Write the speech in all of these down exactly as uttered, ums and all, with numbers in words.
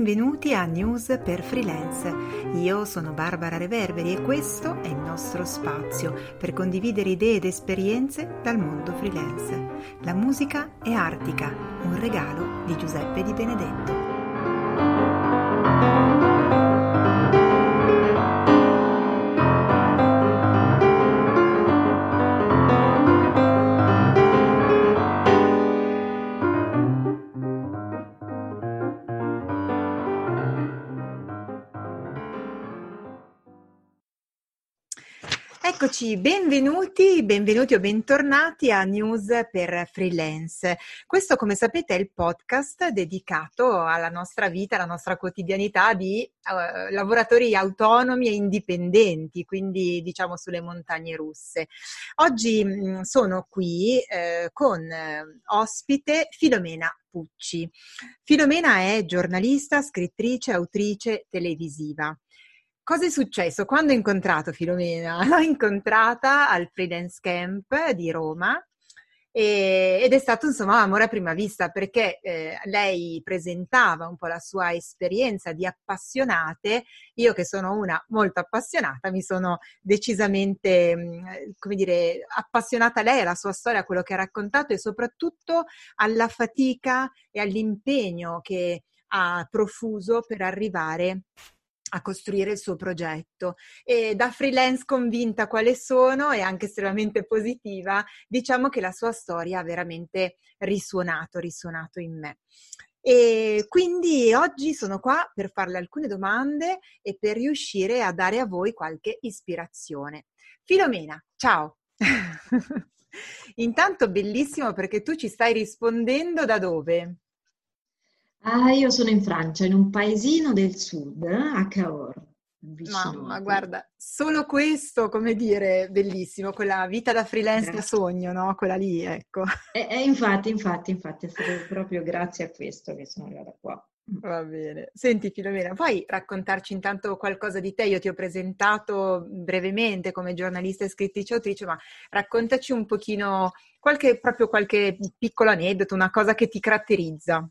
Benvenuti a News per Freelance. Io sono Barbara Reverberi e questo è il nostro spazio per condividere idee ed esperienze dal mondo freelance. La musica è Artica, un regalo di Giuseppe Di Benedetto. Eccoci, benvenuti, benvenuti o bentornati a News per Freelance. Questo, come sapete, è il podcast dedicato alla nostra vita, alla nostra quotidianità di uh, lavoratori autonomi e indipendenti, quindi diciamo sulle montagne russe. Oggi mh, sono qui eh, con eh, ospite Filomena Pucci. Filomena è giornalista, scrittrice, autrice televisiva. Cosa è successo? Quando ho incontrato Filomena? L'ho incontrata al Freelance Camp di Roma e, ed è stato insomma amore a prima vista perché eh, lei presentava un po' la sua esperienza di appassionate. Io che sono una molto appassionata mi sono decisamente, mh, come dire, appassionata a lei, alla sua storia, a quello che ha raccontato e soprattutto alla fatica e all'impegno che ha profuso per arrivare a costruire il suo progetto. E da freelance convinta quale sono e anche estremamente positiva, diciamo che la sua storia ha veramente risuonato, risuonato in me. E quindi oggi sono qua per farle alcune domande e per riuscire a dare a voi qualche ispirazione. Filomena, ciao! Intanto bellissimo perché tu ci stai rispondendo da dove? Ah, io sono in Francia, in un paesino del sud, eh, a Cahors, vicino Mamma, a qui. guarda, solo questo, come dire, bellissimo, quella vita da freelance da Grazie. sogno, no? Quella lì, ecco. E, e infatti, infatti, infatti, è stato proprio grazie a questo che sono arrivata qua. Va bene. Senti Filomena, puoi raccontarci intanto qualcosa di te? Io ti ho presentato brevemente come giornalista e scrittrice autrice, ma raccontaci un pochino, qualche, proprio qualche piccolo aneddoto, una cosa che ti caratterizza.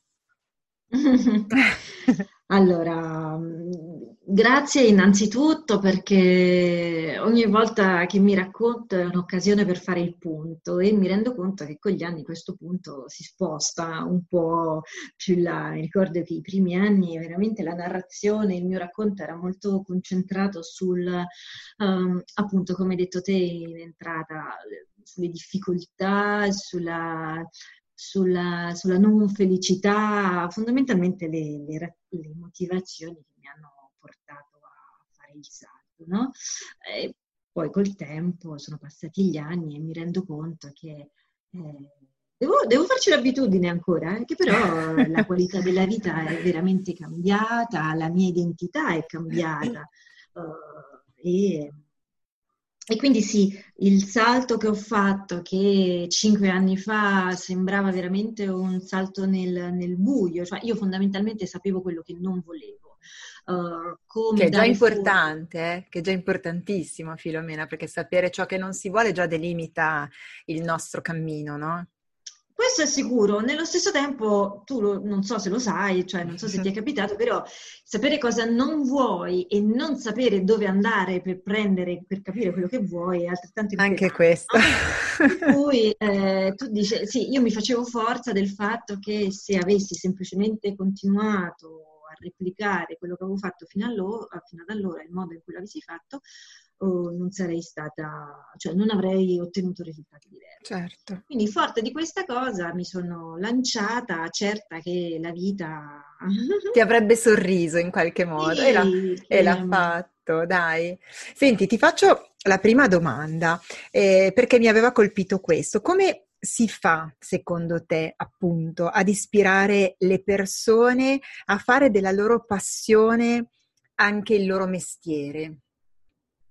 Allora, mh, grazie innanzitutto perché ogni volta che mi racconto è un'occasione per fare il punto e mi rendo conto che con gli anni questo punto si sposta un po' più in là. Mi ricordo che i primi anni veramente la narrazione, il mio racconto era molto concentrato sul, ehm, appunto, come hai detto te in entrata, sulle difficoltà, sulla sulla, sulla non felicità, fondamentalmente le, le ra- le motivazioni che mi hanno portato a fare il salto, no? E poi col tempo sono passati gli anni e mi rendo conto che eh, devo, devo farci l'abitudine ancora, eh, che però la qualità della vita è veramente cambiata, la mia identità è cambiata. eh, e e quindi sì, il salto che ho fatto, che cinque anni fa sembrava veramente un salto nel, nel buio, cioè io fondamentalmente sapevo quello che non volevo, uh, Che come è già dare forma. importante, eh? Che è già importantissimo, Filomena, perché sapere ciò che non si vuole già delimita il nostro cammino, no? Questo è sicuro, nello stesso tempo tu lo- non so se lo sai, cioè non so se ti è capitato, però sapere cosa non vuoi e non sapere dove andare per prendere, per capire quello che vuoi è altrettanto Anche inquietante, questo. no? Per cui eh, tu dici, sì, io mi facevo forza del fatto che se avessi semplicemente continuato a replicare quello che avevo fatto fino, allo- fino ad allora, il modo in cui l'avessi fatto, oh, non sarei stata, cioè non avrei ottenuto risultati diversi. Certo. Quindi forte di questa cosa mi sono lanciata, certa che la vita... Ti avrebbe sorriso in qualche modo e l'ha, Sì, e l'ha che... fatto, dai. Senti, ti faccio la prima domanda, eh, perché mi aveva colpito questo. Come si fa, secondo te, appunto, ad ispirare le persone a fare della loro passione anche il loro mestiere?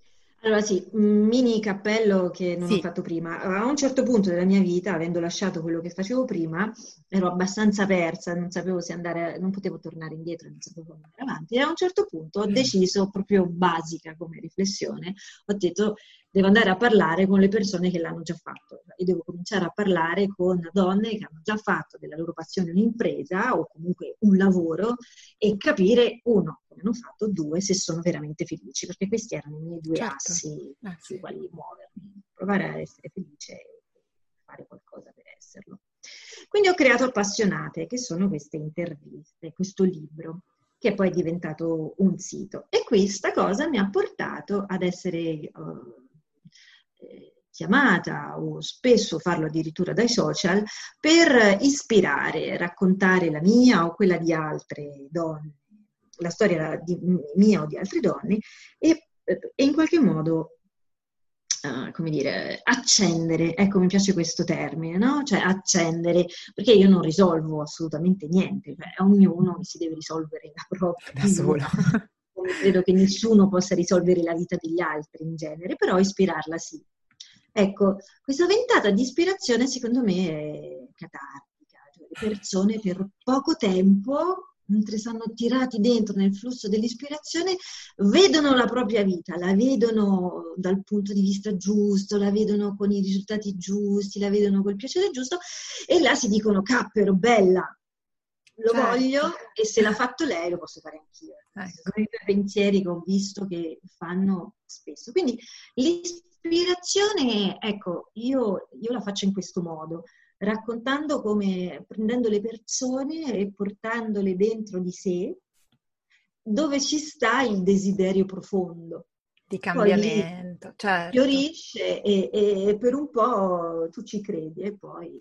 Allora sì, un mini cappello che non ho Sì. fatto prima. A un certo punto della mia vita, avendo lasciato quello che facevo prima, ero abbastanza persa, non sapevo se andare, non potevo tornare indietro, non sapevo come andare avanti. E a un certo punto ho deciso, proprio basica come riflessione, ho detto devo andare a parlare con le persone che l'hanno già fatto. E devo cominciare a parlare con donne che hanno già fatto della loro passione un'impresa o comunque un lavoro e capire, uno, come hanno fatto, due, se sono veramente felici, perché questi erano i miei due Certo, assi eh, sui sì. quali muovermi, provare a essere felice e fare qualcosa per esserlo. Quindi ho creato Appassionate, che sono queste interviste, questo libro, che poi è diventato un sito. E questa cosa mi ha portato ad essere uh, chiamata o spesso farlo addirittura dai social per ispirare, raccontare la mia o quella di altre donne, la storia di, mia o di altre donne e, e in qualche modo Uh, come dire, accendere, ecco mi piace questo termine, no? Cioè accendere, perché io non risolvo assolutamente niente, cioè ognuno si deve risolvere la propria Da solo. vita, come credo che nessuno possa risolvere la vita degli altri in genere, però ispirarla sì. Ecco, questa ventata di ispirazione secondo me è catartica, cioè le persone per poco tempo, mentre sono tirati dentro nel flusso dell'ispirazione, vedono la propria vita, la vedono dal punto di vista giusto, la vedono con i risultati giusti, la vedono col piacere giusto e là si dicono cappero, bella, lo voglio Certo. e se l'ha fatto lei lo posso fare anch'io. Ecco. Sono i due pensieri che ho visto che fanno spesso. Quindi l'ispirazione, ecco, io, io la faccio in questo modo, raccontando come, prendendo le persone e portandole dentro di sé, dove ci sta il desiderio profondo. Di Poi lì cambiamento, certo. fiorisce e, e per un po' tu ci credi e poi...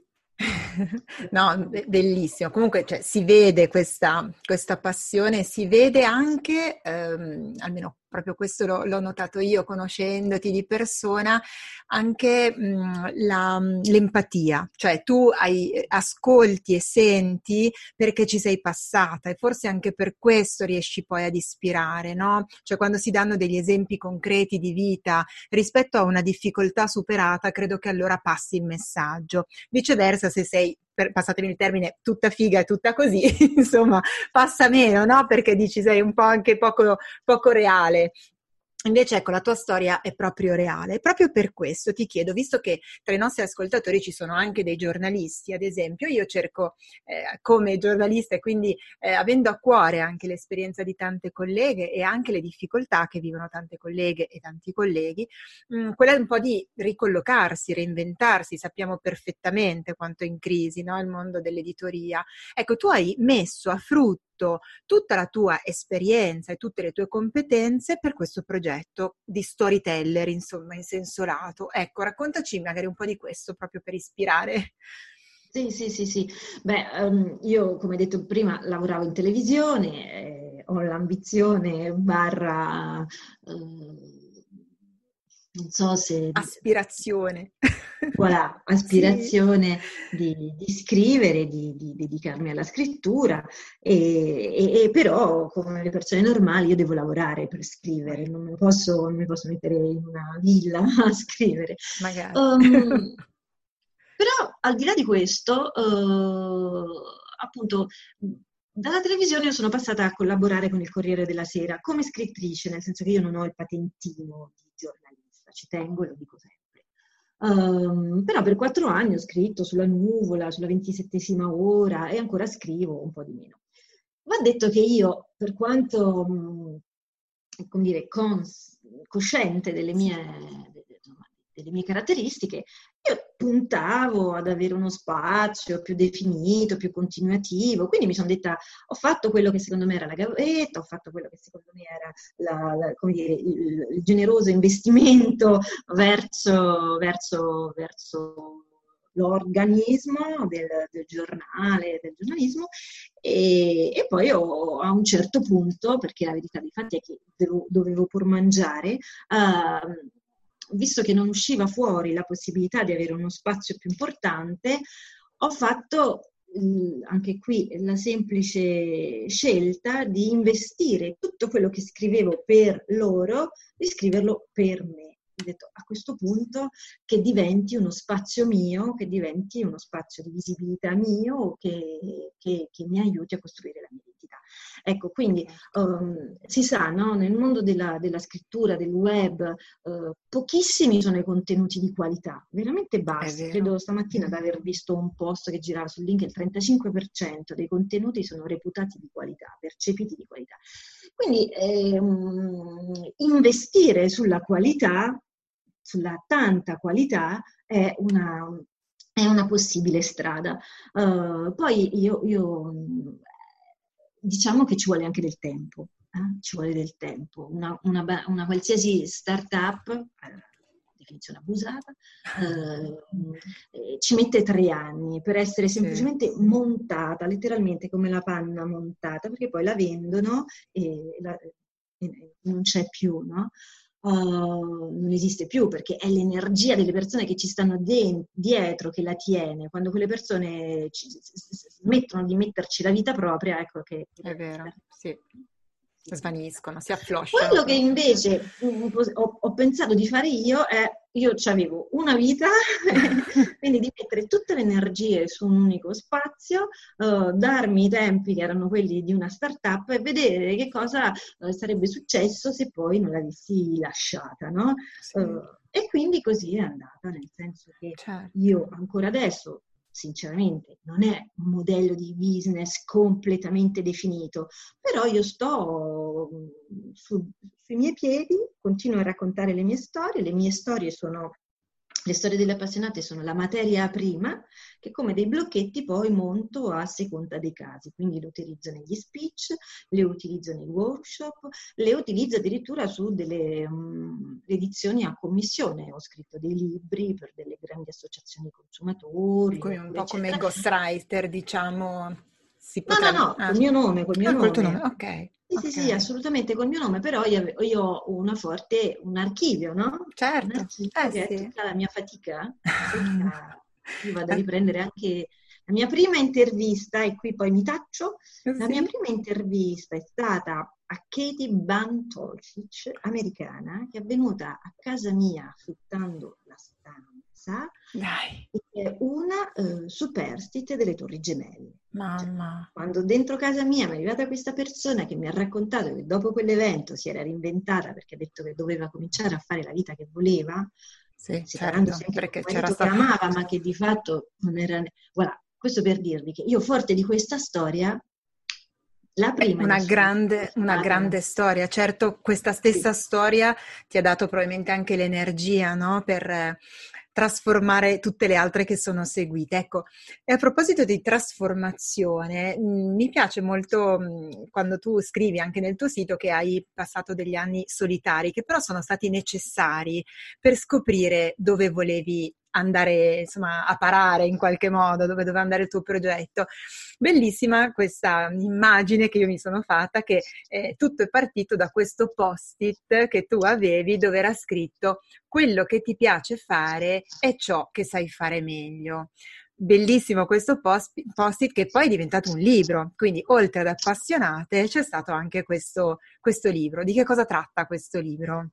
No, be- bellissimo. Comunque, cioè, si vede questa, questa passione, si vede anche, ehm, almeno proprio questo l'ho, l'ho notato io conoscendoti di persona, anche mh, la- l'empatia. Cioè, tu hai, ascolti e senti perché ci sei passata e forse anche per questo riesci poi ad ispirare, no? Cioè, quando si danno degli esempi concreti di vita rispetto a una difficoltà superata, credo che allora passi il messaggio. Viceversa, se sei, per, passatemi il termine, tutta figa e tutta così, insomma, passa meno, no? Perché dici sei un po' anche poco, poco reale. Invece, ecco, la tua storia è proprio reale. E proprio per questo ti chiedo, visto che tra i nostri ascoltatori ci sono anche dei giornalisti, ad esempio, io cerco eh, come giornalista e quindi eh, avendo a cuore anche l'esperienza di tante colleghe e anche le difficoltà che vivono tante colleghe e tanti colleghi, mh, quella è un po' di ricollocarsi, reinventarsi. Sappiamo perfettamente quanto è in crisi, no? Il mondo dell'editoria. Ecco, tu hai messo a frutto tutta la tua esperienza e tutte le tue competenze per questo progetto di storyteller, insomma, in senso lato. Ecco, raccontaci magari un po' di questo proprio per ispirare. Sì, sì, sì, sì. Beh, ehm, io come detto prima lavoravo in televisione, eh, ho l'ambizione barra, eh, non so se dire, Aspirazione. voilà, Sì. aspirazione di, di scrivere, di, di dedicarmi alla scrittura, e, e- e però come le persone normali io devo lavorare per scrivere, non mi posso, non mi posso mettere in una villa a scrivere. Magari. Um, Però al di là di questo, eh, appunto, dalla televisione io sono passata a collaborare con il Corriere della Sera come scrittrice, nel senso che io non ho il patentino di giornalista, ci tengo e lo dico sempre. Um, però per quattro anni ho scritto sulla Nuvola, sulla ventisettesima ora e ancora scrivo un po' di meno. Va detto che io, per quanto, mh, come dire, cons- cosciente delle mie, de- de- insomma, delle mie caratteristiche, io puntavo ad avere uno spazio più definito, più continuativo, quindi mi sono detta, ho fatto quello che secondo me era la gavetta, ho fatto quello che secondo me era la, la- come dire, il, il generoso investimento verso, verso, verso l'organismo del, del giornale, del giornalismo, e, e poi ho, a un certo punto, perché la verità dei fatti è che devo- dovevo pur mangiare, uh, visto che non usciva fuori la possibilità di avere uno spazio più importante, ho fatto mh, anche qui la semplice scelta di investire tutto quello che scrivevo per loro, di scriverlo per me. ho detto a questo punto che diventi uno spazio mio, che diventi uno spazio di visibilità mio, che, che, che mi aiuti a costruire la mia identità. Ecco, quindi um, si sa, no? Nel mondo della, della scrittura, del web, uh, pochissimi sono i contenuti di qualità, veramente bassi. Credo stamattina di aver visto un post che girava sul link, il trentacinque per cento dei contenuti sono reputati di qualità, percepiti di qualità. Quindi ehm, investire sulla qualità, sulla tanta qualità, è una, è una possibile strada. Uh, poi io, io diciamo che ci vuole anche del tempo, eh? Ci vuole del tempo. Una, una, una qualsiasi startup, eh, definizione abusata, eh, ci mette tre anni per essere semplicemente sì. montata, letteralmente come la panna montata, perché poi la vendono e, la, e non c'è più, no? Uh, non esiste più, perché è l'energia delle persone che ci stanno de- dietro che la tiene. Quando quelle persone ci, smettono di metterci la vita propria, ecco che... È vero, sì. Svaniscono, si afflosciano. Quello che invece ho, ho pensato di fare io è, io avevo una vita, quindi di mettere tutte le energie su un unico spazio, uh, darmi i tempi che erano quelli di una startup e vedere che cosa uh, sarebbe successo se poi non l'avessi lasciata, no? Sì. Uh, e quindi così è andata, nel senso che certo. io ancora adesso, sinceramente, non è un modello di business completamente definito, però io sto su, sui miei piedi, continuo a raccontare le mie storie, le mie storie sono, le storie delle appassionate sono la materia prima, che come dei blocchetti poi monto a seconda dei casi, quindi le utilizzo negli speech, le utilizzo nei workshop, le utilizzo addirittura su delle um, edizioni a commissione, ho scritto dei libri per delle grandi associazioni consumatori. Come un po' eccetera. Come ghostwriter, diciamo, si potrebbe... No, no, no, ah, col mio nome, col mio ah, nome. Col tuo nome, ok. Sì, okay. sì, sì, assolutamente col mio nome, però io, io ho una forte, un archivio, no? Certo, un archivio eh, che sì. è tutta la mia fatica. Tutta... Io vado a riprendere anche la mia prima intervista, e qui poi mi taccio, sì. La mia prima intervista è stata a Katie Bantolcic, americana, che è venuta a casa mia affittando la stanza. Dai. È una uh, superstite delle Torri Gemelle. Mamma. Cioè, quando dentro casa mia mi è arrivata questa persona che mi ha raccontato che dopo quell'evento si era reinventata perché ha detto che doveva cominciare a fare la vita che voleva, sì, separandosi certo, anche perché con un marito c'era che amava, ma che di fatto non era... Voilà, questo per dirvi che io, forte di questa storia, la prima... Una grande, una grande storia. Certo, questa stessa sì. storia ti ha dato probabilmente anche l'energia, no? Per eh, trasformare tutte le altre che sono seguite. Ecco, e a proposito di trasformazione, mh, mi piace molto mh, quando tu scrivi anche nel tuo sito che hai passato degli anni solitari, che però sono stati necessari per scoprire dove volevi andare, insomma, a parare in qualche modo, dove doveva andare il tuo progetto. Bellissima questa immagine che io mi sono fatta, che eh, tutto è partito da questo post-it che tu avevi dove era scritto: quello che ti piace fare è ciò che sai fare meglio. Bellissimo questo post-it che poi è diventato un libro, quindi oltre ad Appassionate c'è stato anche questo, questo libro. Di che cosa tratta questo libro?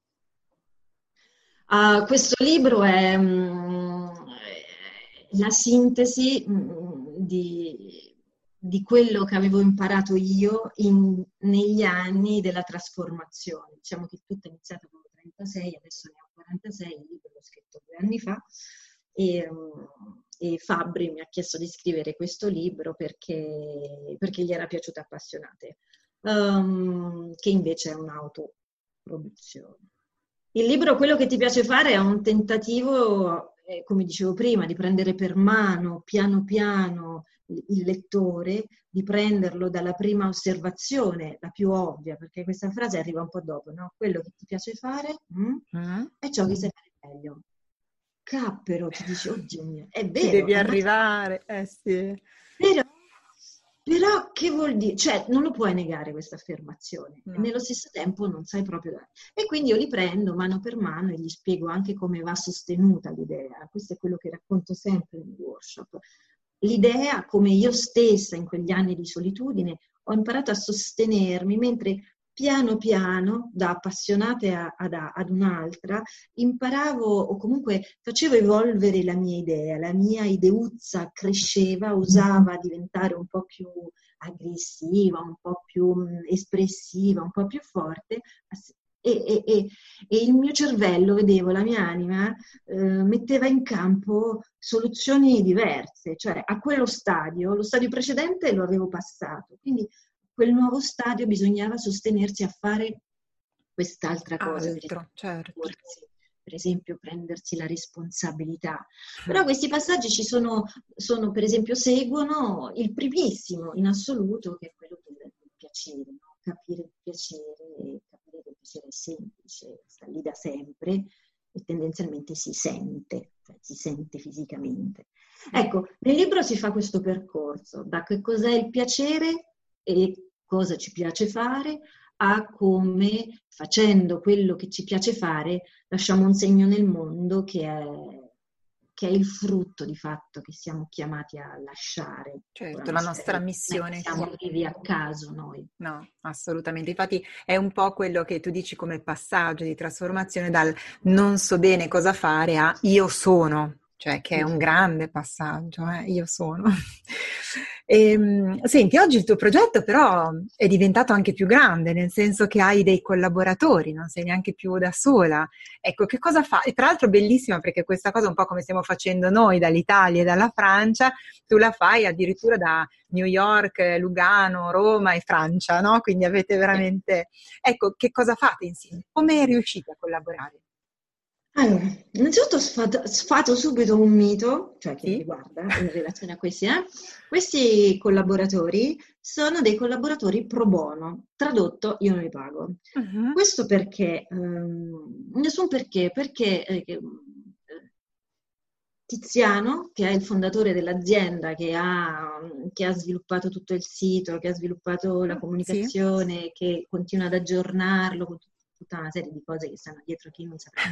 Uh, questo libro è um, la sintesi um, di, di quello che avevo imparato io in, negli anni della trasformazione. Diciamo che tutto è iniziato con trentasei, adesso ne ho quarantasei, il libro l'ho scritto due anni fa e, um, e Fabbri mi ha chiesto di scrivere questo libro perché, perché gli era piaciuto Appassionate, um, che invece è un'autoproduzione. Il libro, quello che ti piace fare, è un tentativo, eh, come dicevo prima, di prendere per mano, piano piano, il lettore, di prenderlo dalla prima osservazione, la più ovvia, perché questa frase arriva un po' dopo, no? Quello che ti piace fare mm, mm. è ciò che sai fare meglio. Cappero, ti dici, oddio mio, è vero. Ci devi arrivare, eh sì. Però, Però che vuol dire? Cioè, non lo puoi negare questa affermazione, no. E nello stesso tempo non sai proprio dare. E quindi io li prendo mano per mano e gli spiego anche come va sostenuta l'idea. Questo è quello che racconto sempre nei workshop. L'idea, come io stessa in quegli anni di solitudine ho imparato a sostenermi, mentre piano piano, da appassionata ad, ad un'altra, imparavo o comunque facevo evolvere la mia idea, la mia ideuzza cresceva, usava diventare un po' più aggressiva, un po' più mh, espressiva, un po' più forte, e, e, e, e il mio cervello, vedevo, la mia anima, eh, metteva in campo soluzioni diverse, cioè a quello stadio, lo stadio precedente lo avevo passato, quindi quel nuovo stadio bisognava sostenersi a fare quest'altra cosa, per Altro, certo. esempio, per esempio prendersi la responsabilità. Però questi passaggi ci sono, sono, per esempio, seguono il primissimo in assoluto, che è quello del, del piacere, no? Capire il piacere, capire che il piacere è semplice, sta lì da sempre e tendenzialmente si sente, cioè si sente fisicamente. Ecco, nel libro si fa questo percorso, da che cos'è il piacere e cosa ci piace fare, a come, facendo quello che ci piace fare, lasciamo un segno nel mondo che è, che è il frutto di fatto che siamo chiamati a lasciare. Certo, la nostra missione. Siamo vivi a caso noi. No, assolutamente. Infatti è un po' quello che tu dici come passaggio di trasformazione dal non so bene cosa fare a io sono, cioè che è un grande passaggio, eh? Io sono. E, senti, oggi il tuo progetto però è diventato anche più grande, nel senso che hai dei collaboratori, non sei neanche più da sola. Ecco, che cosa fa? E tra l'altro bellissima, perché questa cosa un po' come stiamo facendo noi dall'Italia e dalla Francia, tu la fai addirittura da New York, Lugano, Roma e Francia, no? Quindi avete veramente... Ecco, che cosa fate insieme? Come riuscite a collaborare? Allora, innanzitutto sfato, sfato subito un mito, cioè che mi Sì? riguarda in relazione a questi, eh? Questi collaboratori sono dei collaboratori pro bono, tradotto io non li pago. Uh-huh. Questo perché, ehm, nessun perché, perché eh, che, Tiziano, che è il fondatore dell'azienda, che ha, che ha sviluppato tutto il sito, che ha sviluppato la comunicazione, sì, che continua ad aggiornarlo con tutta una serie di cose che stanno dietro che io non saprei.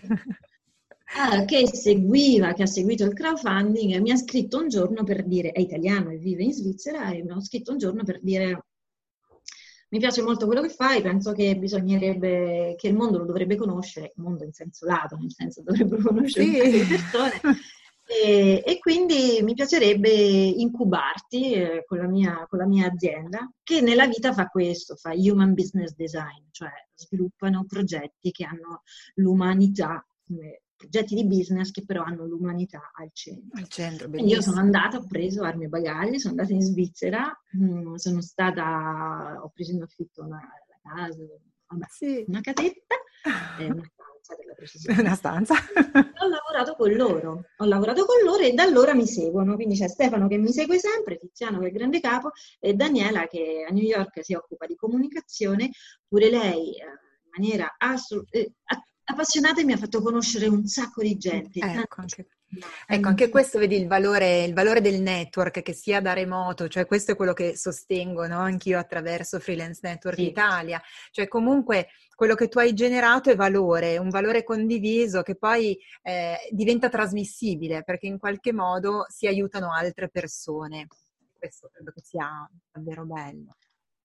Ah, che seguiva, che ha seguito il crowdfunding, mi ha scritto un giorno per dire, è italiano e vive in Svizzera, e mi ha scritto un giorno per dire: mi piace molto quello che fai, penso che bisognerebbe, che il mondo lo dovrebbe conoscere, il mondo in senso lato, nel senso dovrebbero conoscere Sì. le persone, e, e quindi mi piacerebbe incubarti eh, con la mia, con la mia azienda, che nella vita fa questo, fa human business design, cioè sviluppano progetti che hanno l'umanità come progetti di business che però hanno l'umanità al centro. Al centro, Quindi io sono bellissimo. andata, ho preso armi e bagagli, sono andata in Svizzera, mh, sono stata, ho preso in affitto una, una casa, vabbè, Sì. una casetta, eh, una stanza per la precisione. Una stanza. Ho lavorato con loro, ho lavorato con loro e da allora mi seguono, quindi c'è Stefano che mi segue sempre, Tiziano che è il grande capo e Daniela che a New York si occupa di comunicazione, pure lei eh, in maniera assolutamente... Eh, appassionata e mi ha fatto conoscere un sacco di gente. Ecco anche, ecco, anche questo, vedi, il valore, il valore del network, che sia da remoto, cioè questo è quello che sostengo, no? Anch'io attraverso Freelance Network sì. Italia, cioè comunque quello che tu hai generato è valore, un valore condiviso che poi eh, diventa trasmissibile, perché in qualche modo si aiutano altre persone. Questo credo che sia davvero bello.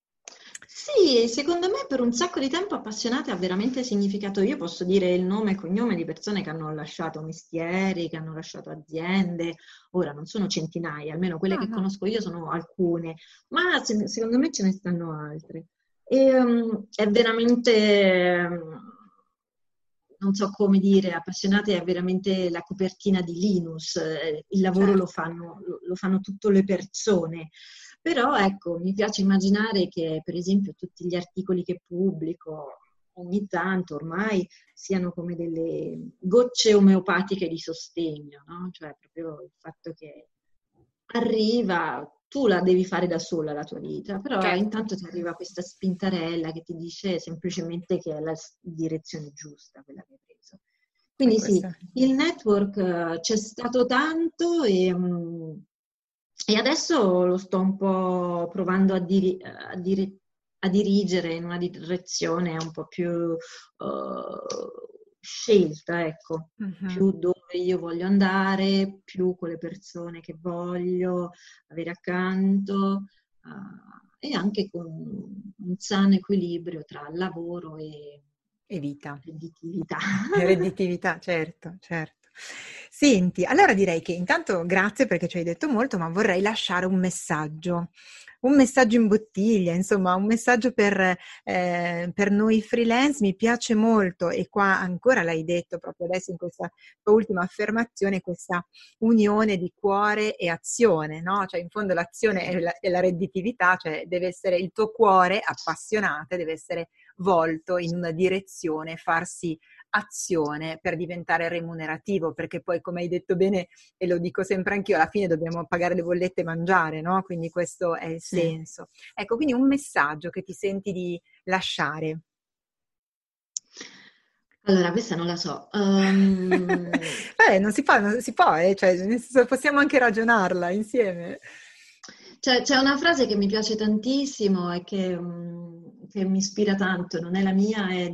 Sì, secondo me per un sacco di tempo appassionata ha veramente significato, io posso dire il nome e cognome di persone che hanno lasciaum, mestieri, che hanno lasciato aziende, ora non sono centinaia, almeno quelle No, che no. conosco io sono alcune, ma se, secondo me ce ne stanno altre. E, um, è veramente, um, non so come dire, appassionate è veramente la copertina di Linus, eh, il lavoro Certo. lo fanno, lo, lo fanno tutte le persone. Però ecco, mi piace immaginare che per esempio tutti gli articoli che pubblico ogni tanto ormai siano come delle gocce omeopatiche di sostegno, no? Cioè proprio il fatto che arriva, tu la devi fare da sola la tua vita, però Certo. intanto ti arriva questa spintarella che ti dice semplicemente che è la direzione giusta quella che hai preso. Quindi sì, il network uh, c'è stato tanto e... Um, E adesso lo sto un po' provando a, diri- a, diri- a dirigere in una direzione un po' più uh, scelta, ecco, Mm-hmm. più dove io voglio andare, più con le persone che voglio avere accanto. Uh, e anche con un sano equilibrio tra lavoro e E vita. redditività. Redditività, certo, certo. Senti, allora direi che intanto grazie perché ci hai detto molto, ma vorrei lasciare un messaggio, un messaggio in bottiglia, insomma, un messaggio per, eh, per noi freelance. Mi piace molto, e qua ancora l'hai detto proprio adesso in questa tua ultima affermazione, questa unione di cuore e azione, no? Cioè in fondo l'azione è la, è la redditività, cioè deve essere il tuo cuore appassionato, deve essere volto in una direzione, farsi azione per diventare remunerativo, perché poi, come hai detto bene, e lo dico sempre anch'io, alla fine dobbiamo pagare le bollette e mangiare, no? Quindi questo è il Sì. senso. Ecco, quindi un messaggio che ti senti di lasciare. Allora, questa non la so. Um, Beh, non si fa, non si può, eh? Cioè, nel senso, possiamo anche ragionarla insieme. C'è, c'è una frase che mi piace tantissimo e che, mm, che mi ispira tanto, non è la mia, è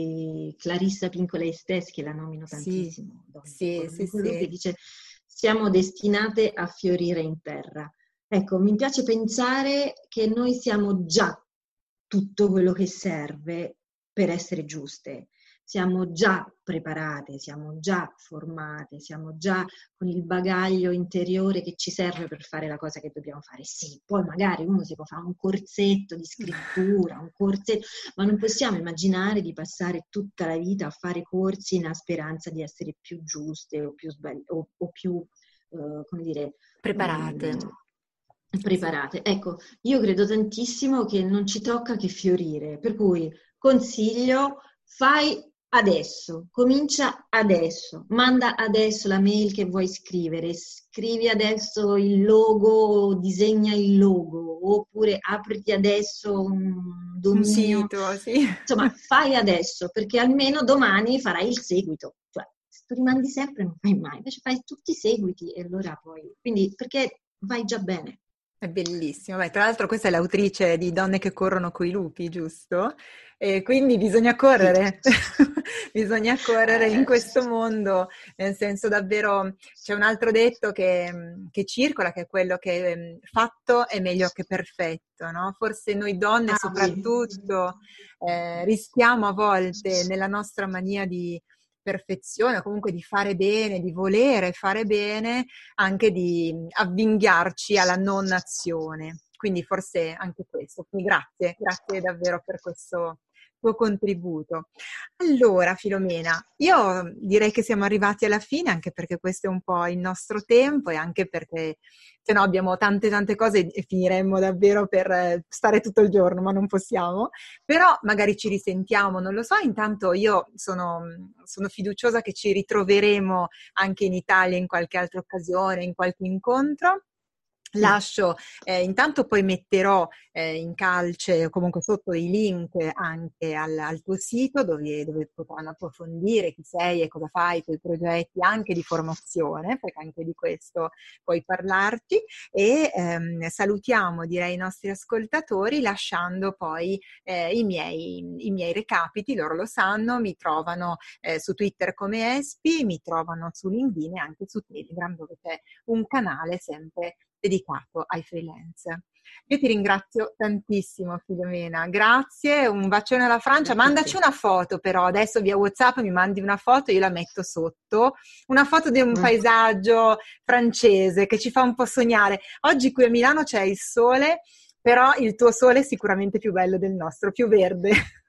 di Clarissa Pinkola Estés, che la nomino Sì, tantissimo, Donne che sì, corrono sì, coi lupi, sì. dice: siamo destinate a fiorire in terra. Ecco, mi piace pensare che noi siamo già tutto quello che serve per essere giuste. Siamo già preparate, siamo già formate, siamo già con il bagaglio interiore che ci serve per fare la cosa che dobbiamo fare. Sì, poi magari uno si può fare un corsetto di scrittura, un corsetto, ma non possiamo immaginare di passare tutta la vita a fare corsi nella speranza di essere più giuste o più sbagli- o, o più, eh, come dire, Preparate. um, preparate. Ecco, io credo tantissimo che non ci tocca che fiorire, per cui consiglio, fai adesso, comincia adesso, manda adesso la mail che vuoi scrivere, scrivi adesso il logo, disegna il logo, oppure apriti adesso un Un dominio. sito, sì. Insomma, fai adesso, perché almeno domani farai il seguito. Cioè, se tu rimandi sempre non fai mai, invece fai tutti i seguiti e allora poi... Quindi, perché vai già bene. È bellissimo. Beh, tra l'altro questa è l'autrice di Donne che corrono coi lupi, giusto? E quindi bisogna Sì. correre, bisogna correre in Eh, questo mondo, nel senso davvero c'è un altro detto che, che circola, che è quello che mm, fatto è meglio che perfetto, no? Forse noi donne ah, sì. soprattutto eh, rischiamo a volte nella nostra mania di perfezione, o comunque di fare bene, di volere fare bene, anche di avvinghiarci alla non azione. Quindi forse anche questo. Quindi grazie, grazie davvero per questo tuo contributo. Allora, Filomena, io direi che siamo arrivati alla fine, anche perché questo è un po' il nostro tempo e anche perché se no abbiamo tante tante cose e finiremmo davvero per stare tutto il giorno, ma non possiamo. Però magari ci risentiamo, non lo so. Intanto io sono, sono fiduciosa che ci ritroveremo anche in Italia in qualche altra occasione, in qualche incontro. Sì. Lascio, eh, intanto poi metterò eh, in calce o comunque sotto i link anche al, al tuo sito dove, dove potranno approfondire chi sei e cosa fai, i tuoi progetti anche di formazione, perché anche di questo puoi parlarci. E ehm, salutiamo, direi, i nostri ascoltatori lasciando poi eh, i miei, i miei recapiti, loro lo sanno, mi trovano eh, su Twitter come Espi, mi trovano su LinkedIn e anche su Telegram dove c'è un canale sempre dedicato ai freelance. Io ti ringrazio tantissimo, Filomena, grazie, un bacione alla Francia, Grazie a mandaci te. una foto però, adesso via WhatsApp mi mandi una foto, io la metto sotto, una foto di un Eh. paesaggio francese che ci fa un po' sognare. Oggi qui a Milano c'è il sole, però il tuo sole è sicuramente più bello del nostro, più verde.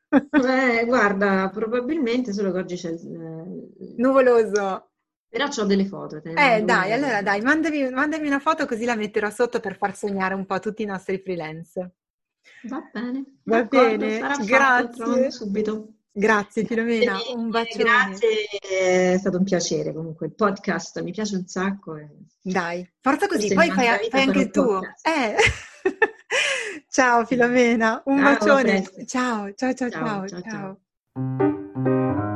Eh, guarda, probabilmente solo che oggi c'è il... eh, Nuvoloso. però c'ho delle foto, te ne Eh, mando una dai, dopo. allora dai, mandami, mandami una foto così la metterò sotto per far sognare un po' tutti i nostri freelance. Va bene, Va d'accordo, bene, sarà fatto, te lo mando grazie. subito. Grazie Grazie Filomena, un mille, bacione. grazie, è stato un piacere comunque. Il podcast mi piace un sacco e Dai, forza così, forse poi rimane la fai, fai vita anche farò il tuo. podcast. Eh. Ciao Filomena, un Ciao, a bacione. presto. Ciao, ciao, ciao, Ciao, ciao, ciao, ciao. ciao.